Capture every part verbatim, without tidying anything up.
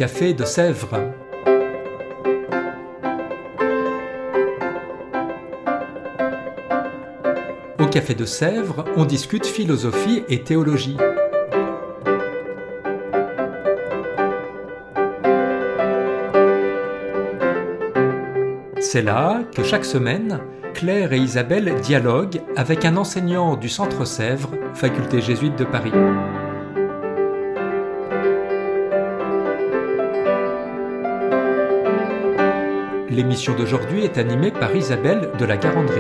Café de Sèvres. Au Café de Sèvres, on discute philosophie et théologie. C'est là que chaque semaine, Claire et Isabelle dialoguent avec un enseignant du Centre Sèvres, faculté jésuite de Paris. L'émission d'aujourd'hui est animée par Isabelle de la Garandrie.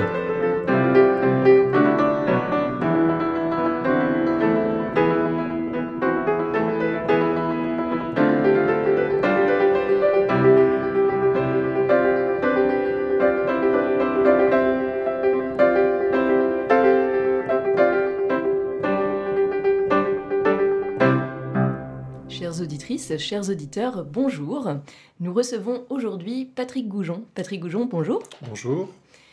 Chères auditrices, chers auditeurs, bonjour. Nous recevons aujourd'hui Patrick Goujon. Patrick Goujon, bonjour. Bonjour.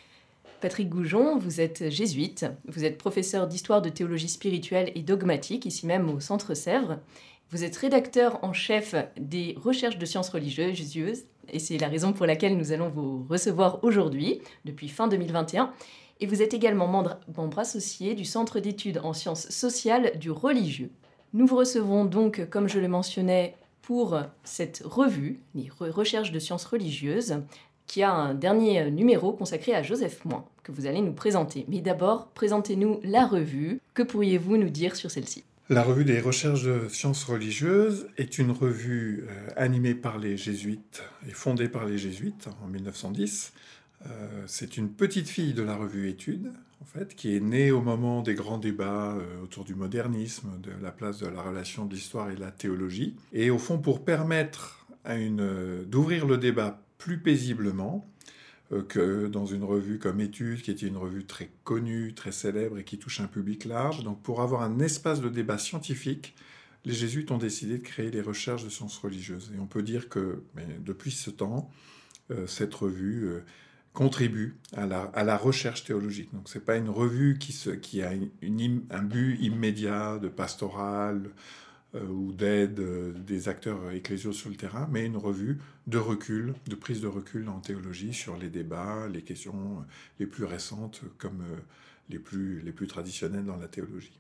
Patrick Goujon, vous êtes jésuite, vous êtes professeur d'histoire de théologie spirituelle et dogmatique, ici même au Centre Sèvres. Vous êtes rédacteur en chef des recherches de sciences religieuses, et c'est la raison pour laquelle nous allons vous recevoir aujourd'hui, depuis fin deux mille vingt et un. Et vous êtes également membre, membre associé du Centre d'études en sciences sociales du religieux. Nous vous recevons donc, comme je le mentionnais, pour cette revue, les recherches de sciences religieuses, qui a un dernier numéro consacré à Joseph Moin, que vous allez nous présenter. Mais d'abord, présentez-nous la revue. Que pourriez-vous nous dire sur celle-ci ? La revue des recherches de sciences religieuses est une revue euh, animée par les jésuites et fondée par les jésuites en mille neuf cent dix. Euh, c'est une petite fille de la revue Études, en fait, qui est née au moment des grands débats euh, autour du modernisme, de la place de la relation de l'histoire et de la théologie. Et au fond, pour permettre à une, euh, d'ouvrir le débat plus paisiblement euh, que dans une revue comme Études, qui était une revue très connue, très célèbre et qui touche un public large. Donc pour avoir un espace de débat scientifique, les jésuites ont décidé de créer les recherches de sciences religieuses. Et on peut dire que mais, depuis ce temps, euh, cette revue euh, contribue à la, à la recherche théologique. Donc ce n'est pas une revue qui, se, qui a une, une, un but immédiat de pastoral, Euh, ou d'aide euh, des acteurs ecclésiaux sur le terrain, mais une revue de recul, de prise de recul en théologie sur les débats, les questions les plus récentes comme euh, les plus, les plus traditionnelles dans la théologie.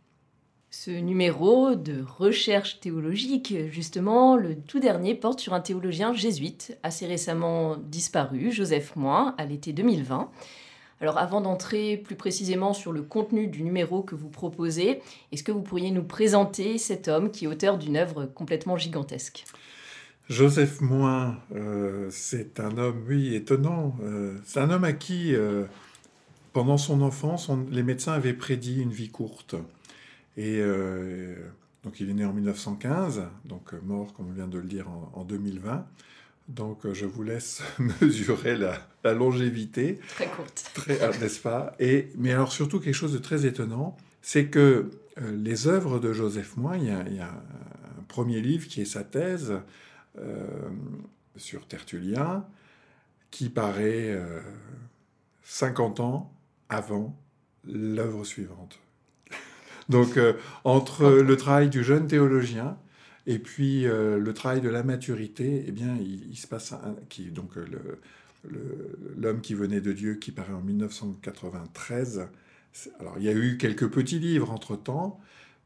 Ce numéro de recherche théologique, justement, le tout dernier, porte sur un théologien jésuite, assez récemment disparu, Joseph Moin, à l'été deux mille vingt. Alors avant d'entrer plus précisément sur le contenu du numéro que vous proposez, est-ce que vous pourriez nous présenter cet homme qui est auteur d'une œuvre complètement gigantesque ? Joseph Moin, euh, c'est un homme, oui, étonnant. Euh, c'est un homme à qui, euh, pendant son enfance, on, les médecins avaient prédit une vie courte. Et euh, donc il est né en mille neuf cent quinze, donc mort, comme on vient de le dire, en, en deux mille vingt. Donc, je vous laisse mesurer la, la longévité. Très courte. Très, n'est-ce pas ? Et, mais alors, surtout, quelque chose de très étonnant, c'est que euh, les œuvres de Joseph Moin, il y a, il y a un premier livre qui est sa thèse euh, sur Tertullien, qui paraît euh, cinquante ans avant l'œuvre suivante. Donc, euh, entre le travail du jeune théologien et puis euh, le travail de la maturité, eh bien, il, il se passe un, qui donc euh, le, le, l'homme qui venait de Dieu, qui paraît en mille neuf cent quatre-vingt-treize. Alors, il y a eu quelques petits livres entre-temps.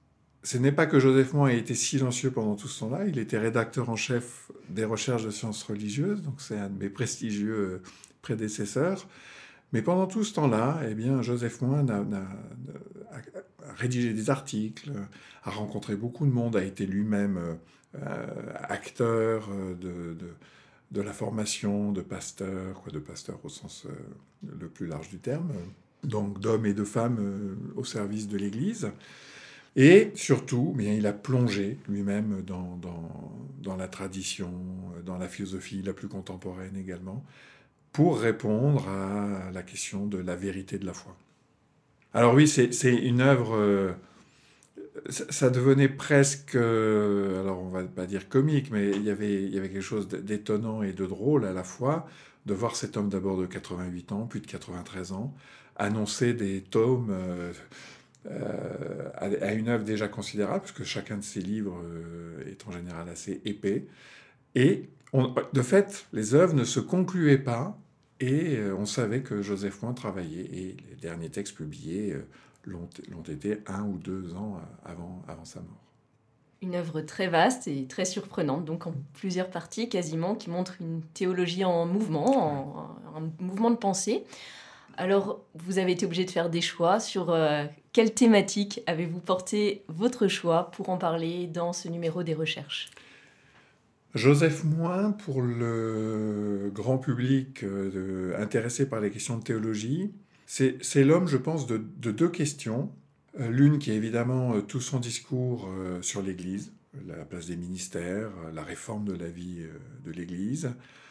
Ce n'est pas que Joseph Moin ait été silencieux pendant tout ce temps-là. Il était rédacteur en chef des recherches de sciences religieuses, donc c'est un de mes prestigieux prédécesseurs. Mais pendant tout ce temps-là, eh bien, Joseph Moin a, a, a, a rédigé des articles, a rencontré beaucoup de monde, a été lui-même euh, acteur de, de, de la formation de pasteurs, quoi, de pasteurs au sens euh, le plus large du terme, donc d'hommes et de femmes euh, au service de l'Église. Et surtout, bien, il a plongé lui-même dans, dans, dans la tradition, dans la philosophie la plus contemporaine également, pour répondre à la question de la vérité de la foi. Alors oui, c'est, c'est une œuvre... Euh, ça, ça devenait presque... Euh, alors on va pas dire comique, mais il y avait, il y avait quelque chose d'étonnant et de drôle à la fois, de voir cet homme d'abord de quatre-vingt-huit ans, puis de quatre-vingt-treize ans, annoncer des tomes... Euh, Euh, à une œuvre déjà considérable, puisque chacun de ses livres euh, est en général assez épais, Et on, de fait, les œuvres ne se concluaient pas, et euh, on savait que Joseph Moin travaillait, et les derniers textes publiés euh, l'ont, l'ont été un ou deux ans avant, avant sa mort. Une œuvre très vaste et très surprenante, donc en plusieurs parties quasiment, qui montre une théologie en mouvement, en, un mouvement de pensée. Alors, vous avez été obligé de faire des choix. Sur euh, quelle thématique avez-vous porté votre choix pour en parler dans ce numéro des recherches ? Joseph Moin, pour le grand public euh, intéressé par les questions de théologie, c'est, c'est l'homme, je pense, de, de deux questions. Euh, l'une qui est évidemment euh, tout son discours euh, sur l'Église, la place des ministères, la réforme de la vie euh, de l'Église.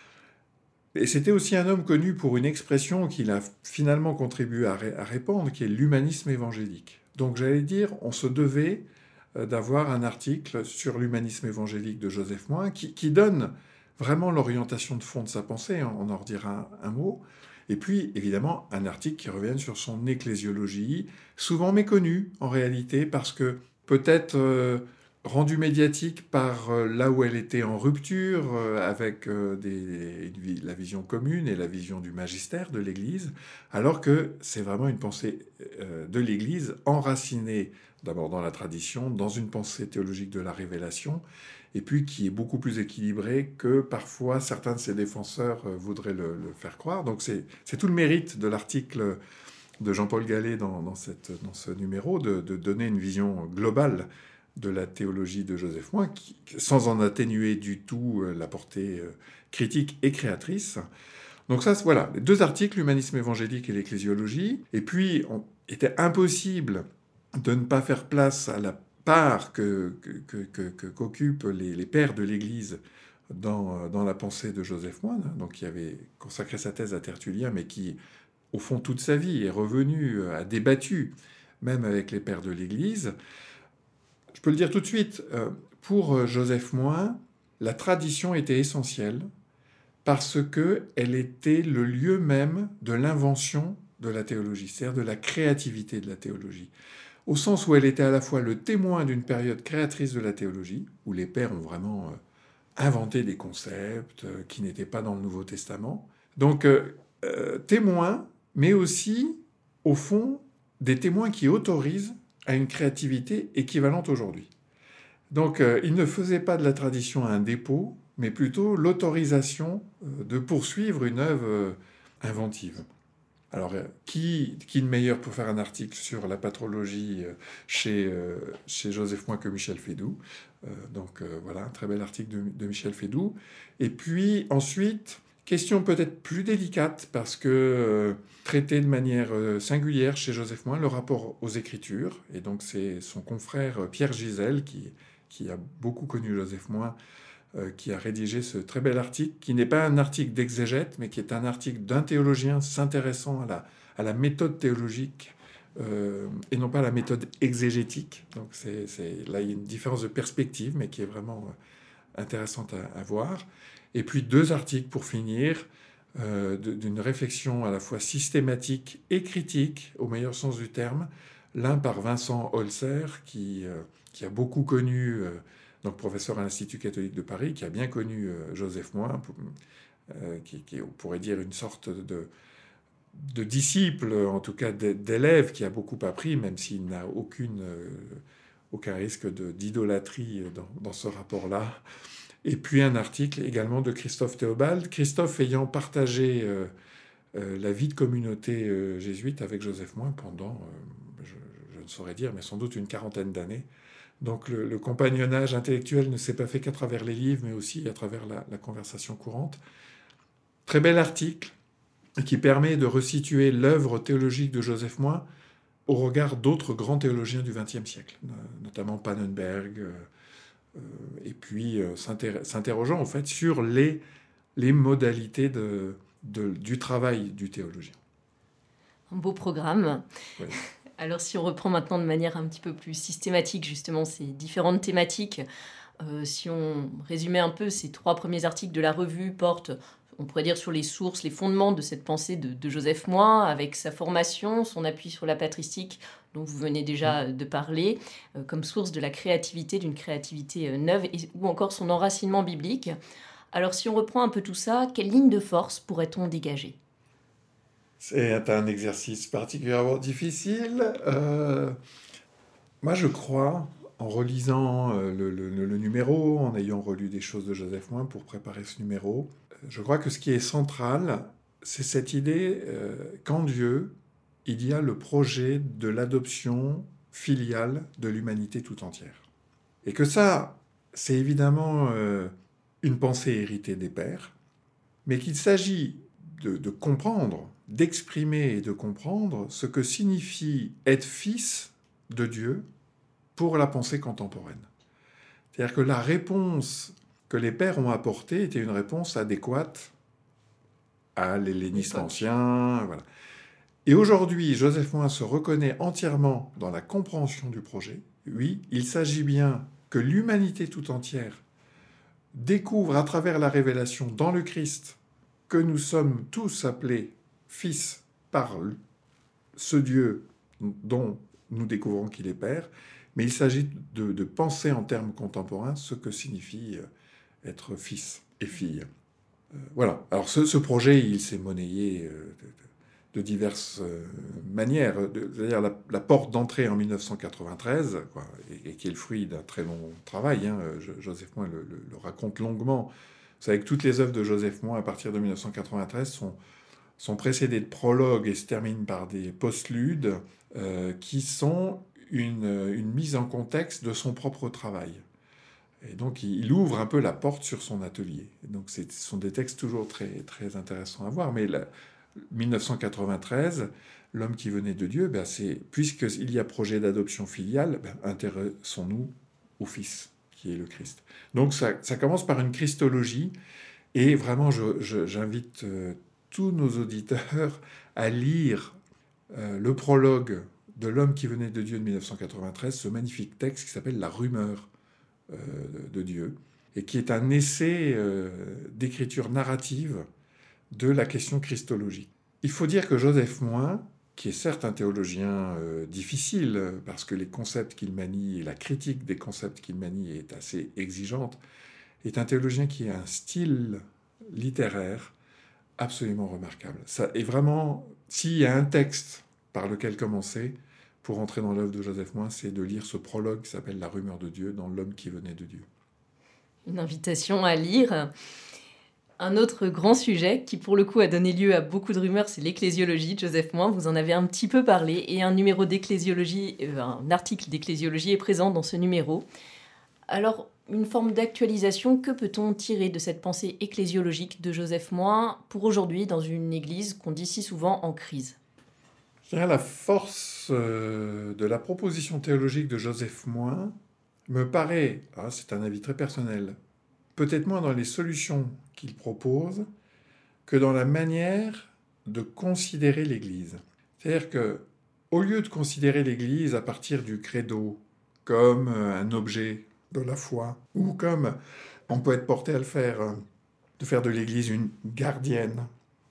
Et c'était aussi un homme connu pour une expression qu'il a finalement contribué à, ré- à répandre, qui est l'humanisme évangélique. Donc j'allais dire, on se devait euh, d'avoir un article sur l'humanisme évangélique de Joseph Moin, qui, qui donne vraiment l'orientation de fond de sa pensée, hein, on en redira un, un mot. Et puis, évidemment, un article qui revient sur son ecclésiologie, souvent méconnue en réalité, parce que peut-être euh, rendue médiatique par euh, là où elle était en rupture euh, avec euh, des, la vision commune et la vision du magistère de l'Église, alors que c'est vraiment une pensée euh, de l'Église enracinée d'abord dans la tradition, dans une pensée théologique de la révélation, et puis qui est beaucoup plus équilibré que parfois certains de ses défenseurs voudraient le, le faire croire. Donc c'est, c'est tout le mérite de l'article de Jean-Paul Gallet dans, dans, cette, dans ce numéro, de, de donner une vision globale de la théologie de Joseph Moin, qui, sans en atténuer du tout la portée critique et créatrice. Donc ça, voilà, les deux articles, l'humanisme évangélique et l'ecclésiologie. Et puis, il était impossible de ne pas faire place à la part que, que, que, que, qu'occupent les, les pères de l'Église dans, dans la pensée de Joseph Moine, donc qui avait consacré sa thèse à Tertullien, mais qui, au fond, toute sa vie est revenu, a débattu, même avec les pères de l'Église. Je peux le dire tout de suite, pour Joseph Moine, la tradition était essentielle parce qu'elle était le lieu même de l'invention de la théologie, c'est-à-dire de la créativité de la théologie. Au sens où elle était à la fois le témoin d'une période créatrice de la théologie, où les pères ont vraiment euh, inventé des concepts euh, qui n'étaient pas dans le Nouveau Testament. Donc, euh, euh, témoin, mais aussi, au fond, des témoins qui autorisent à une créativité équivalente aujourd'hui. Donc, euh, il ne faisait pas de la tradition un dépôt, mais plutôt l'autorisation euh, de poursuivre une œuvre euh, inventive. Alors, qui, qui de meilleur pour faire un article sur la patrologie chez, euh, chez Joseph Moin que Michel Fédoux. Euh, donc euh, voilà, un très bel article de, de Michel Fédoux. Et puis ensuite, question peut-être plus délicate, parce que euh, traité de manière euh, singulière chez Joseph Moin, le rapport aux Écritures. Et donc c'est son confrère Pierre Gisèle, qui, qui a beaucoup connu Joseph Moin, Euh, qui a rédigé ce très bel article, qui n'est pas un article d'exégète, mais qui est un article d'un théologien s'intéressant à la, à la méthode théologique euh, et non pas à la méthode exégétique. Donc c'est, c'est, là, il y a une différence de perspective, mais qui est vraiment euh, intéressante à, à voir. Et puis deux articles pour finir, euh, de, d'une réflexion à la fois systématique et critique, au meilleur sens du terme, l'un par Vincent Holzer, qui, euh, qui a beaucoup connu... Euh, donc professeur à l'Institut catholique de Paris, qui a bien connu euh, Joseph Moin, euh, qui, qui, on pourrait dire, une sorte de, de disciple, en tout cas d'élève, qui a beaucoup appris, même s'il n'a aucune, euh, aucun risque de, d'idolâtrie dans, dans ce rapport-là. Et puis un article également de Christophe Théobald, Christophe ayant partagé euh, euh, la vie de communauté euh, jésuite avec Joseph Moin pendant, euh, je, je ne saurais dire, mais sans doute une quarantaine d'années. Donc le, le compagnonnage intellectuel ne s'est pas fait qu'à travers les livres, mais aussi à travers la, la conversation courante. Très bel article qui permet de resituer l'œuvre théologique de Joseph Moin au regard d'autres grands théologiens du vingtième siècle, notamment Pannenberg, euh, euh, et puis euh, s'inter- s'interrogeant en fait sur les, les modalités de, de, du travail du théologien. Un beau programme. Oui. Alors si on reprend maintenant de manière un petit peu plus systématique justement ces différentes thématiques, euh, si on résumait un peu, ces trois premiers articles de la revue portent, on pourrait dire, sur les sources, les fondements de cette pensée de, de Joseph Moin, avec sa formation, son appui sur la patristique dont vous venez déjà de parler, euh, comme source de la créativité, d'une créativité euh, neuve, et, ou encore son enracinement biblique. Alors si on reprend un peu tout ça, quelle ligne de force pourrait-on dégager ? C'est un exercice particulièrement difficile. Euh, moi, je crois, en relisant euh, le, le, le numéro, en ayant relu des choses de Joseph Moin pour préparer ce numéro, je crois que ce qui est central, c'est cette idée euh, qu'en Dieu, il y a le projet de l'adoption filiale de l'humanité tout entière. Et que ça, c'est évidemment euh, une pensée héritée des pères, mais qu'il s'agit de, de comprendre, d'exprimer et de comprendre ce que signifie être fils de Dieu pour la pensée contemporaine. C'est-à-dire que la réponse que les pères ont apportée était une réponse adéquate à l'hellénisme ancien. Voilà. Et aujourd'hui, Joseph Moin se reconnaît entièrement dans la compréhension du projet. Oui, il s'agit bien que l'humanité tout entière découvre à travers la révélation dans le Christ que nous sommes tous appelés fils par ce Dieu dont nous découvrons qu'il est Père, mais il s'agit de, de penser en termes contemporains ce que signifie être fils et fille. Euh, voilà. Alors ce, ce projet, il s'est monnayé euh, de, de diverses euh, manières. C'est-à-dire la, la porte d'entrée en mille neuf cent quatre-vingt-treize, quoi, et, et qui est le fruit d'un très long travail. Hein, Joseph Moin le, le, le raconte longuement. Vous savez que toutes les œuvres de Joseph Moin à partir de mille neuf cent quatre-vingt-treize sont, sont précédées de prologues et se terminent par des postludes euh, qui sont une, une mise en contexte de son propre travail. Et donc, il ouvre un peu la porte sur son atelier. Et donc, ce sont des textes toujours très, très intéressants à voir. Mais la, mille neuf cent quatre-vingt-treize, l'homme qui venait de Dieu, ben c'est, puisqu'il y a projet d'adoption filiale, ben, intéressons-nous au Fils, qui est le Christ. Donc, ça, ça commence par une christologie. Et vraiment, je, je, j'invite euh, tous nos auditeurs à lire euh, le prologue de l'homme qui venait de Dieu de mille neuf cent quatre-vingt-treize, ce magnifique texte qui s'appelle « La rumeur ». De Dieu, et qui est un essai euh, d'écriture narrative de la question christologique. Il faut dire que Joseph Moin, qui est certes un théologien euh, difficile, parce que les concepts qu'il manie et la critique des concepts qu'il manie est assez exigeante, est un théologien qui a un style littéraire absolument remarquable. Ça est vraiment, s'il y a un texte par lequel commencer, pour entrer dans l'œuvre de Joseph Moin, c'est de lire ce prologue qui s'appelle « La rumeur de Dieu » dans L'homme qui venait de Dieu. Une invitation à lire. Un autre grand sujet qui, pour le coup, a donné lieu à beaucoup de rumeurs, c'est l'ecclésiologie de Joseph Moin. Vous en avez un petit peu parlé. Et un numéro d'ecclésiologie, euh, un article d'ecclésiologie est présent dans ce numéro. Alors, une forme d'actualisation, que peut-on tirer de cette pensée ecclésiologique de Joseph Moin pour aujourd'hui dans une église qu'on dit si souvent en crise ? La force euh, de la proposition théologique de Joseph Moin me paraît, ah, c'est un avis très personnel, peut-être moins dans les solutions qu'il propose que dans la manière de considérer l'Église. C'est-à-dire que, au lieu de considérer l'Église à partir du credo comme un objet de la foi, ou comme on peut être porté à le faire, de faire de l'Église une gardienne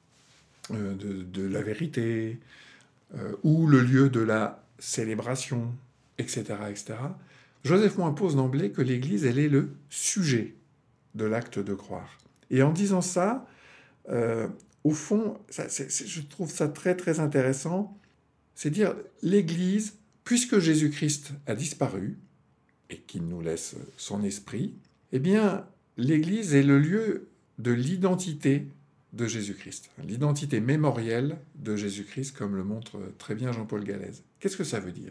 euh, de, de la vérité, Euh, ou le lieu de la célébration, et cetera, et cetera. Joseph Moin pose d'emblée que l'Église, elle est le sujet de l'acte de croire. Et en disant ça, euh, au fond, ça, c'est, c'est, je trouve ça très, très intéressant, c'est dire l'Église, puisque Jésus-Christ a disparu, et qu'il nous laisse son esprit, eh bien, l'Église est le lieu de l'identité de Jésus-Christ, l'identité mémorielle de Jésus-Christ, comme le montre très bien Jean-Paul Gallès. Qu'est-ce que ça veut dire ?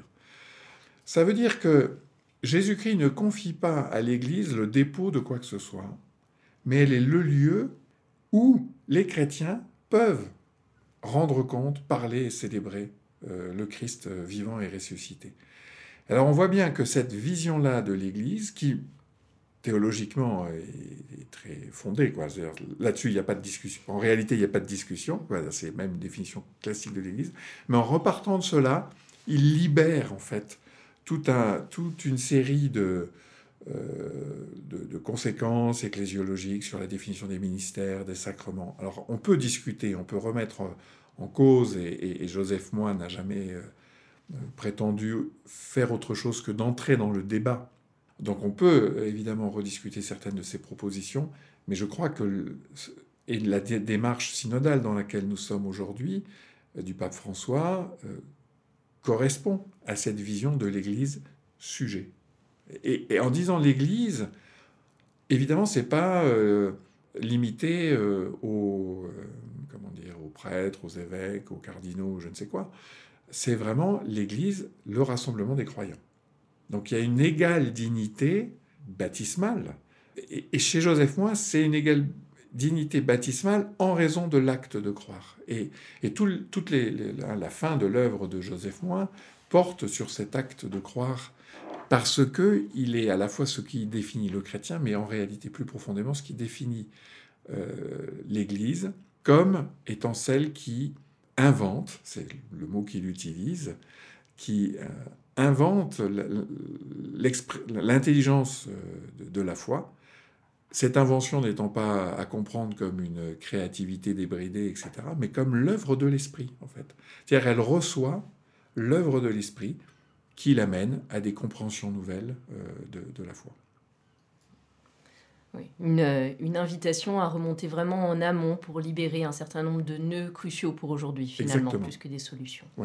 Ça veut dire que Jésus-Christ ne confie pas à l'Église le dépôt de quoi que ce soit, mais elle est le lieu où les chrétiens peuvent rendre compte, parler et célébrer euh, le Christ vivant et ressuscité. Alors on voit bien que cette vision-là de l'Église, qui théologiquement est, est très fondée, quoi. Là-dessus, il n'y a pas de discussion. En réalité, il n'y a pas de discussion. Quoi. C'est même une définition classique de l'Église. Mais en repartant de cela, il libère en fait tout un, toute une série de, euh, de, de conséquences ecclésiologiques sur la définition des ministères, des sacrements. Alors, on peut discuter, on peut remettre en, en cause, et, et, et Joseph Moin n'a jamais euh, prétendu faire autre chose que d'entrer dans le débat. Donc on peut évidemment rediscuter certaines de ces propositions, Mais je crois que et la dé- démarche synodale dans laquelle nous sommes aujourd'hui, euh, du pape François, euh, correspond à cette vision de l'Église sujet. Et, et en disant l'Église, évidemment, c'est pas euh, limité euh, aux, euh, comment dire, aux prêtres, aux évêques, aux cardinaux, je ne sais quoi. C'est vraiment l'Église, le rassemblement des croyants. Donc il y a une égale dignité baptismale. Et, et chez Joseph Moi, c'est une égale dignité baptismale en raison de l'acte de croire. Et, et tout, toute les, les, la fin de l'œuvre de Joseph Moi porte sur cet acte de croire, parce qu'il est à la fois ce qui définit le chrétien, mais en réalité plus profondément ce qui définit euh, l'Église comme étant celle qui invente, c'est le mot qu'il utilise, qui euh, invente l'intelligence de la foi, cette invention n'étant pas à comprendre comme une créativité débridée, et cetera, mais comme l'œuvre de l'esprit, en fait. C'est-à-dire elle reçoit l'œuvre de l'esprit qui l'amène à des compréhensions nouvelles euh, de, de la foi. Oui, une, une invitation à remonter vraiment en amont pour libérer un certain nombre de nœuds cruciaux pour aujourd'hui, finalement, Exactement. plus que des solutions. Oui.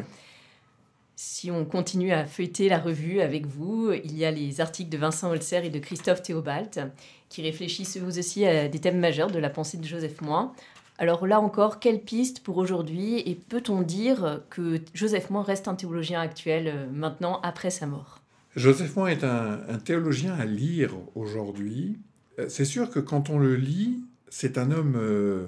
Si on continue à feuilleter la revue avec vous, il y a les articles de Vincent Holzer et de Christophe Théobald qui réfléchissent eux aussi à des thèmes majeurs de la pensée de Joseph Moi. Alors là encore, quelle piste pour aujourd'hui, et peut-on dire que Joseph Moi reste un théologien actuel euh, maintenant, après sa mort? Joseph Moi est un, un théologien à lire aujourd'hui. C'est sûr que quand on le lit, c'est un homme euh,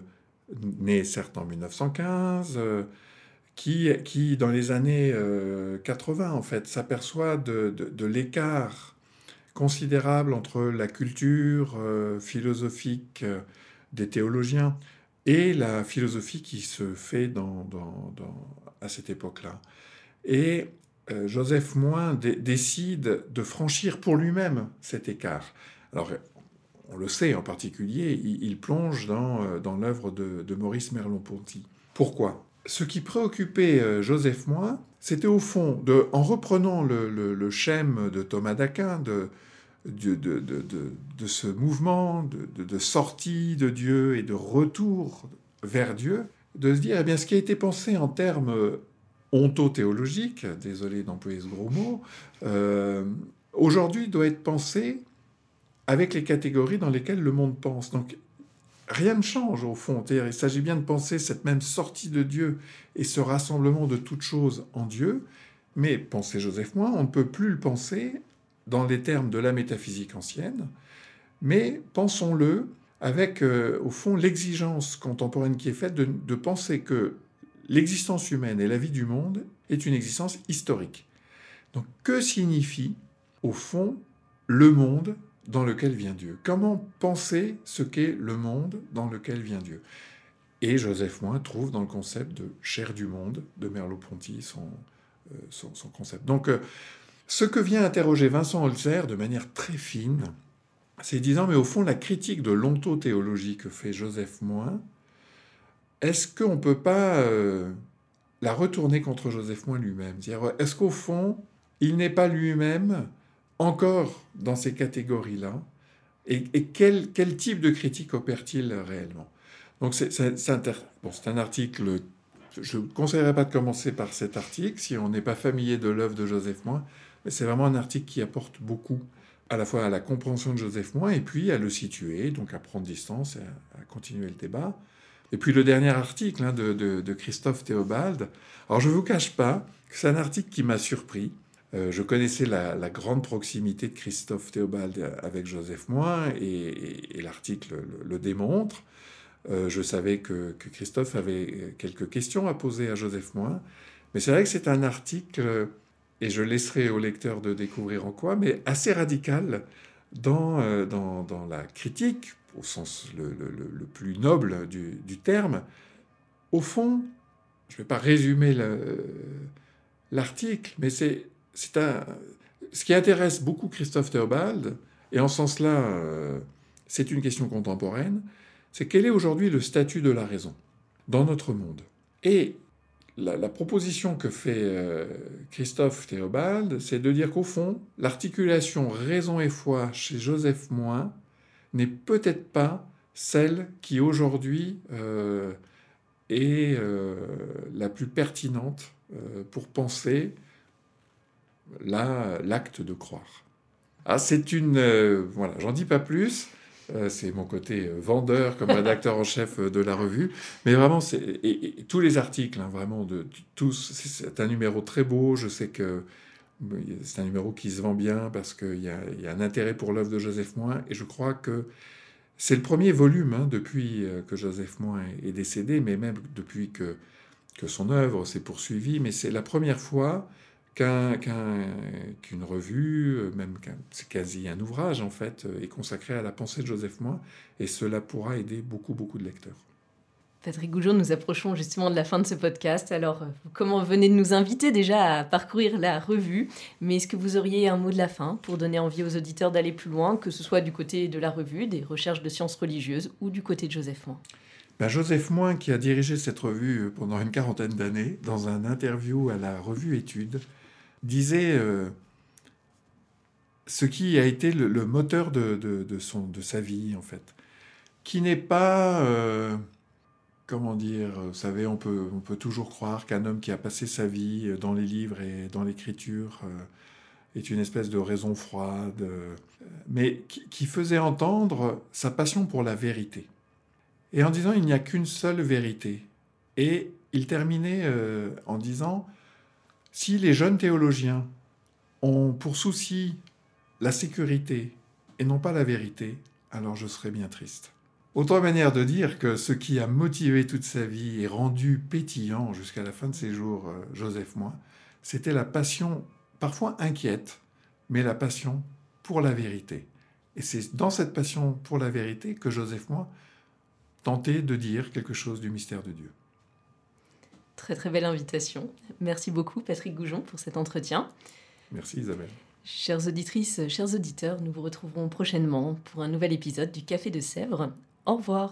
né certes en mille neuf cent quinze, euh, qui, qui dans les années euh, quatre-vingts, en fait, s'aperçoit de, de, de l'écart considérable entre la culture euh, philosophique euh, des théologiens et la philosophie qui se fait dans, dans, dans, à cette époque-là. Et euh, Joseph Moi dé- décide de franchir pour lui-même cet écart. Alors, on le sait en particulier, il, il plonge dans, euh, dans l'œuvre de, de Maurice Merleau-Ponty. Pourquoi ? Ce qui préoccupait euh, Joseph Moi, c'était au fond, de, en reprenant le, le, le schème de Thomas d'Aquin, de, de, de, de, de, de ce mouvement de, de, de sortie de Dieu et de retour vers Dieu, de se dire, eh bien, ce qui a été pensé en termes ontothéologiques, désolé d'employer ce gros mot, euh, aujourd'hui doit être pensé avec les catégories dans lesquelles le monde pense. Donc, rien ne change au fond. Il s'agit bien de penser cette même sortie de Dieu et ce rassemblement de toutes choses en Dieu, mais penser Joseph Moi, on ne peut plus le penser dans les termes de la métaphysique ancienne, mais pensons-le avec, euh, au fond, l'exigence contemporaine qui est faite de, de penser que l'existence humaine et la vie du monde est une existence historique. Donc, que signifie, au fond, le monde dans lequel vient Dieu? Comment penser ce qu'est le monde dans lequel vient Dieu? Et Joseph Moi trouve dans le concept de chair du monde de Merleau-Ponty son, euh, son, son concept. Donc, euh, ce que vient interroger Vincent Holzer de manière très fine, c'est disant, mais au fond, la critique de l'ontothéologie que fait Joseph Moi, est-ce qu'on ne peut pas euh, la retourner contre Joseph Moi lui-même? C'est-à-dire, est-ce qu'au fond, il n'est pas lui-même encore dans ces catégories-là? Et, et quel, quel type de critique opère-t-il réellement? Donc c'est, c'est, c'est, inter... bon, c'est un article, je ne conseillerais pas de commencer par cet article si on n'est pas familier de l'œuvre de Joseph Moi, mais c'est vraiment un article qui apporte beaucoup, à la fois à la compréhension de Joseph Moi et puis à le situer, donc à prendre distance et à, à continuer le débat. Et puis le dernier article hein, de, de, de Christophe Théobald, alors je ne vous cache pas que c'est un article qui m'a surpris. Euh, je connaissais la, la grande proximité de Christophe Théobald avec Joseph Moi et, et, et l'article le, le démontre. Euh, je savais que, que Christophe avait quelques questions à poser à Joseph Moi, mais c'est vrai que c'est un article, et je laisserai au lecteur de découvrir en quoi, mais assez radical dans, euh, dans, dans la critique, au sens le, le, le plus noble du, du terme. Au fond, je ne vais pas résumer le, l'article, mais c'est, c'est un, ce qui intéresse beaucoup Christophe Théobald, et en ce sens-là, euh, c'est une question contemporaine, c'est quel est aujourd'hui le statut de la raison dans notre monde. Et la, la proposition que fait euh, Christophe Théobald, c'est de dire qu'au fond, l'articulation raison et foi chez Joseph Moi n'est peut-être pas celle qui aujourd'hui euh, est euh, la plus pertinente euh, pour penser la, l'acte de croire. Ah, c'est une... Euh, voilà, j'en dis pas plus. Euh, c'est mon côté euh, vendeur comme rédacteur en chef euh, de la revue. Mais vraiment, c'est, et, et, tous les articles, hein, vraiment, de, de, tous, c'est, c'est un numéro très beau. Je sais que c'est un numéro qui se vend bien parce qu'il y a, il y a un intérêt pour l'œuvre de Joseph Moyn. Et je crois que c'est le premier volume hein, depuis que Joseph Moyn est décédé, mais même depuis que, que son œuvre s'est poursuivie. Mais c'est la première fois Qu'un, qu'un, qu'une revue, même qu'un, c'est quasi un ouvrage en fait, est consacré à la pensée de Joseph Moyn, et cela pourra aider beaucoup, beaucoup de lecteurs. Patrick Goujon, nous approchons justement de la fin de ce podcast. Alors, comment vous venez de nous inviter déjà à parcourir la revue, mais est-ce que vous auriez un mot de la fin pour donner envie aux auditeurs d'aller plus loin, que ce soit du côté de la revue, des recherches de sciences religieuses, ou du côté de Joseph Moyn ? Ben Joseph Moyn, qui a dirigé cette revue pendant une quarantaine d'années, dans un interview à la revue Études, disait euh, ce qui a été le, le moteur de, de, de, son, de sa vie, en fait, qui n'est pas, euh, comment dire, vous savez, on peut, on peut toujours croire qu'un homme qui a passé sa vie dans les livres et dans l'écriture euh, est une espèce de raison froide, euh, mais qui, qui faisait entendre sa passion pour la vérité. Et en disant, il n'y a qu'une seule vérité. Et il terminait euh, en disant... Si les jeunes théologiens ont pour souci la sécurité et non pas la vérité, alors je serais bien triste. Autre manière de dire que ce qui a motivé toute sa vie et rendu pétillant jusqu'à la fin de ses jours Joseph Moyn, c'était la passion, parfois inquiète, mais la passion pour la vérité. Et c'est dans cette passion pour la vérité que Joseph Moyn tentait de dire quelque chose du mystère de Dieu. Très très belle invitation. Merci beaucoup Patrick Goujon pour cet entretien. Merci Isabelle. Chères auditrices, chers auditeurs, nous vous retrouverons prochainement pour un nouvel épisode du Café de Sèvres. Au revoir.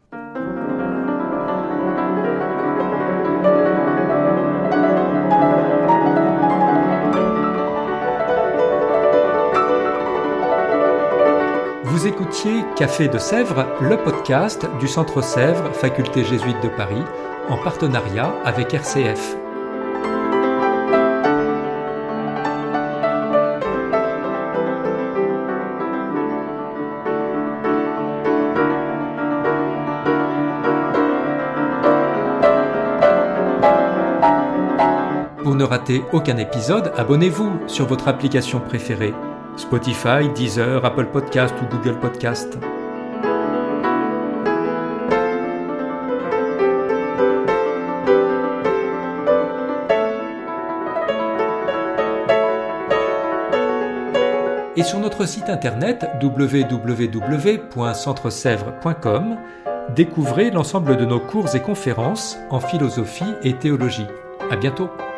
Vous écoutiez Café de Sèvres, le podcast du Centre Sèvres, Faculté jésuite de Paris, en partenariat avec R C F. Pour ne rater aucun épisode, abonnez-vous sur votre application préférée. Spotify, Deezer, Apple Podcast ou Google Podcast. Et sur notre site internet w w w point centre sèvres point com, découvrez l'ensemble de nos cours et conférences en philosophie et théologie. À bientôt.